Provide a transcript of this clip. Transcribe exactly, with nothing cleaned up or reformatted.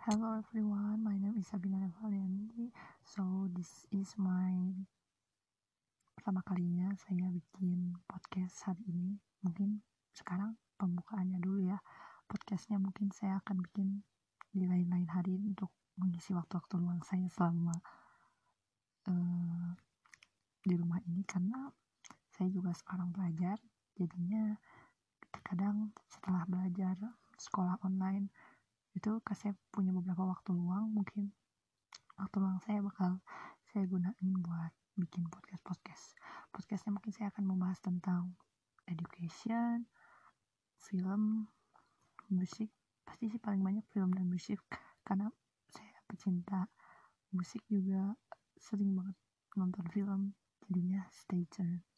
Hello everyone, my name is Sabina Valianti. So this is my pertama kalinya saya bikin podcast hari ini. Mungkin sekarang pembukaannya dulu ya. Podcastnya mungkin saya akan bikin di lain-lain hari untuk mengisi waktu-waktu luang saya selama uh, di rumah ini, karena saya juga seorang pelajar. Jadinya terkadang setelah belajar sekolah online itu saya punya beberapa waktu luang, mungkin waktu luang saya bakal saya gunain buat bikin podcast podcast podcastnya mungkin saya akan membahas tentang education, film, musik. Pasti sih paling banyak film dan musik, karena saya pecinta musik juga, sering banget nonton film. Jadinya stay tune.